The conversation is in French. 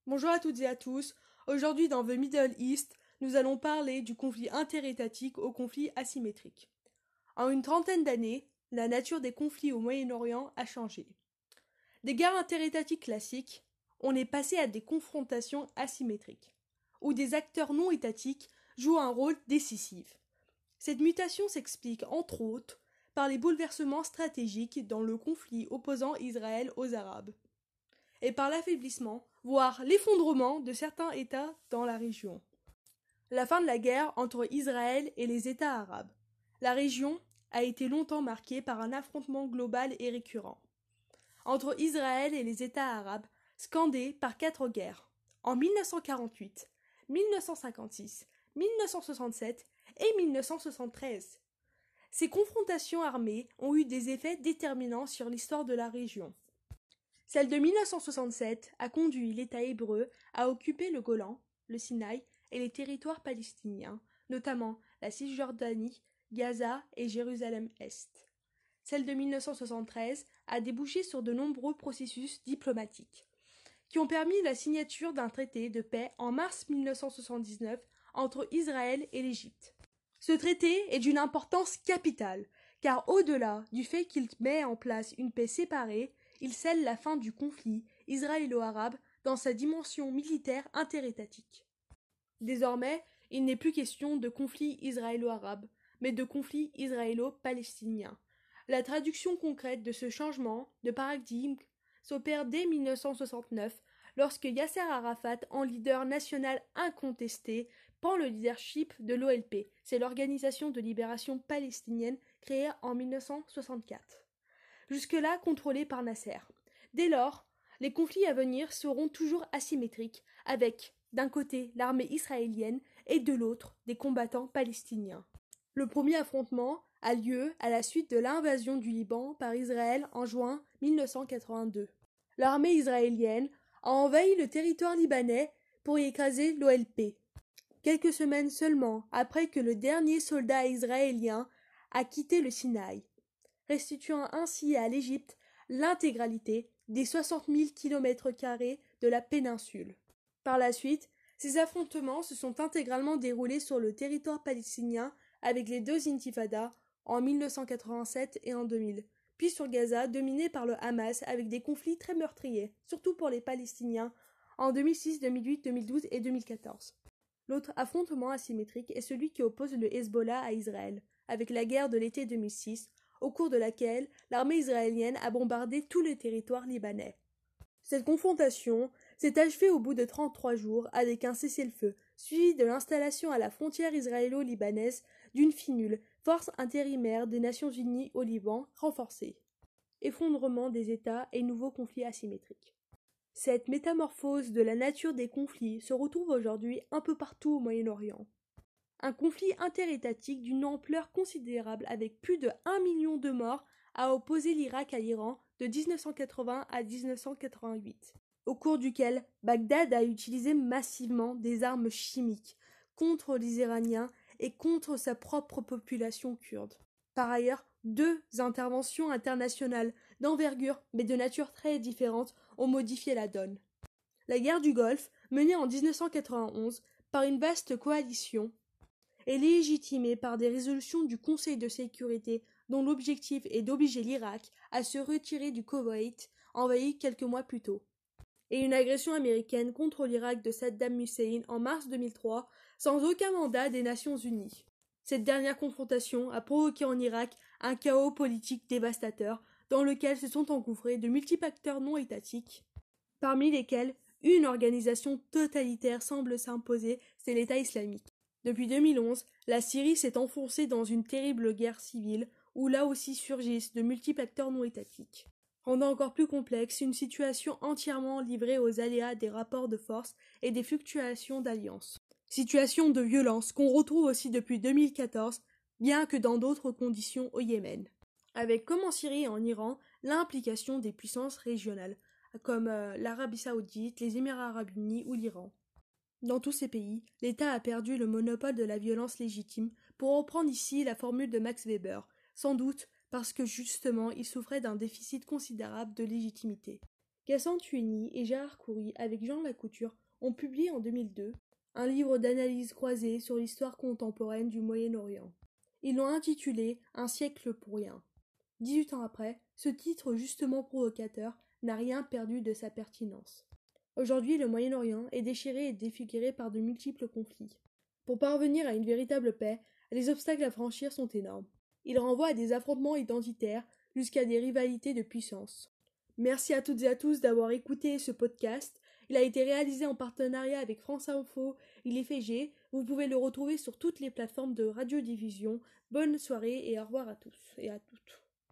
Bonjour à toutes et à tous. Aujourd'hui dans The Middle East, nous allons parler du conflit interétatique au conflit asymétrique. En une trentaine d'années, la nature des conflits au Moyen-Orient a changé. Des guerres interétatiques classiques, on est passé à des confrontations asymétriques, où des acteurs non étatiques jouent un rôle décisif. Cette mutation s'explique entre autres par les bouleversements stratégiques dans le conflit opposant Israël aux Arabes et par l'affaiblissement, voire l'effondrement de certains États dans la région. La fin de la guerre entre Israël et les États arabes. La région a été longtemps marquée par un affrontement global et récurrent entre Israël et les États arabes, scandés par 4 guerres, en 1948, 1956, 1967 et 1973. Ces confrontations armées ont eu des effets déterminants sur l'histoire de la région. Celle de 1967 a conduit l'État hébreu à occuper le Golan, le Sinaï et les territoires palestiniens, notamment la Cisjordanie, Gaza et Jérusalem-Est. Celle de 1973 a débouché sur de nombreux processus diplomatiques, qui ont permis la signature d'un traité de paix en mars 1979 entre Israël et l'Égypte. Ce traité est d'une importance capitale, car au-delà du fait qu'il met en place une paix séparée, il scelle la fin du conflit israélo-arabe dans sa dimension militaire interétatique. Désormais, il n'est plus question de conflit israélo-arabe, mais de conflit israélo-palestinien. La traduction concrète de ce changement de paradigme s'opère dès 1969, lorsque Yasser Arafat, en leader national incontesté, prend le leadership de l'OLP, c'est l'Organisation de libération palestinienne créée en 1964. Jusque-là contrôlée par Nasser. Dès lors, les conflits à venir seront toujours asymétriques, avec, d'un côté, l'armée israélienne et de l'autre, des combattants palestiniens. Le premier affrontement a lieu à la suite de l'invasion du Liban par Israël en juin 1982. L'armée israélienne a envahi le territoire libanais pour y écraser l'OLP. Quelques semaines seulement après que le dernier soldat israélien a quitté le Sinaï, restituant ainsi à l'Égypte l'intégralité des 60 000 km² de la péninsule. Par la suite, ces affrontements se sont intégralement déroulés sur le territoire palestinien avec les deux intifadas en 1987 et en 2000, puis sur Gaza dominé par le Hamas avec des conflits très meurtriers, surtout pour les Palestiniens, en 2006, 2008, 2012 et 2014. L'autre affrontement asymétrique est celui qui oppose le Hezbollah à Israël, avec la guerre de l'été 2006, au cours de laquelle l'armée israélienne a bombardé tout le territoire libanais. Cette confrontation s'est achevée au bout de 33 jours avec un cessez-le-feu, suivi de l'installation à la frontière israélo-libanaise d'une FINUL, force intérimaire des Nations Unies au Liban, renforcée. Effondrement des États et nouveaux conflits asymétriques. Cette métamorphose de la nature des conflits se retrouve aujourd'hui un peu partout au Moyen-Orient. Un conflit interétatique d'une ampleur considérable avec plus de 1 million de morts a opposé l'Irak à l'Iran de 1980 à 1988, au cours duquel Bagdad a utilisé massivement des armes chimiques contre les Iraniens et contre sa propre population kurde. Par ailleurs, 2 interventions internationales d'envergure mais de nature très différente ont modifié la donne. La guerre du Golfe, menée en 1991 par une vaste coalition, est légitimée par des résolutions du Conseil de sécurité dont l'objectif est d'obliger l'Irak à se retirer du Koweït, envahi quelques mois plus tôt, et une agression américaine contre l'Irak de Saddam Hussein en mars 2003 sans aucun mandat des Nations Unies. Cette dernière confrontation a provoqué en Irak un chaos politique dévastateur dans lequel se sont engouffrés de multiples acteurs non étatiques, parmi lesquels une organisation totalitaire semble s'imposer, c'est l'État islamique. Depuis 2011, la Syrie s'est enfoncée dans une terrible guerre civile où là aussi surgissent de multiples acteurs non étatiques, rendant encore plus complexe une situation entièrement livrée aux aléas des rapports de force et des fluctuations d'alliances. Situation de violence qu'on retrouve aussi depuis 2014, bien que dans d'autres conditions au Yémen, avec comme en Syrie et en Iran l'implication des puissances régionales, comme l'Arabie Saoudite, les Émirats Arabes Unis ou l'Iran. Dans tous ces pays, l'État a perdu le monopole de la violence légitime, pour reprendre ici la formule de Max Weber, sans doute parce que justement il souffrait d'un déficit considérable de légitimité. Cassandre Tueni et Gérard Khoury, avec Jean Lacouture, ont publié en 2002 un livre d'analyse croisée sur l'histoire contemporaine du Moyen-Orient. Ils l'ont intitulé « Un siècle pour rien ». 18 ans après, ce titre justement provocateur n'a rien perdu de sa pertinence. Aujourd'hui, le Moyen-Orient est déchiré et défiguré par de multiples conflits. Pour parvenir à une véritable paix, les obstacles à franchir sont énormes. Ils renvoient à des affrontements identitaires jusqu'à des rivalités de puissance. Merci à toutes et à tous d'avoir écouté ce podcast. Il a été réalisé en partenariat avec France Info et l'IFG. Vous pouvez le retrouver sur toutes les plateformes de radiodiffusion. Bonne soirée et au revoir à tous et à toutes.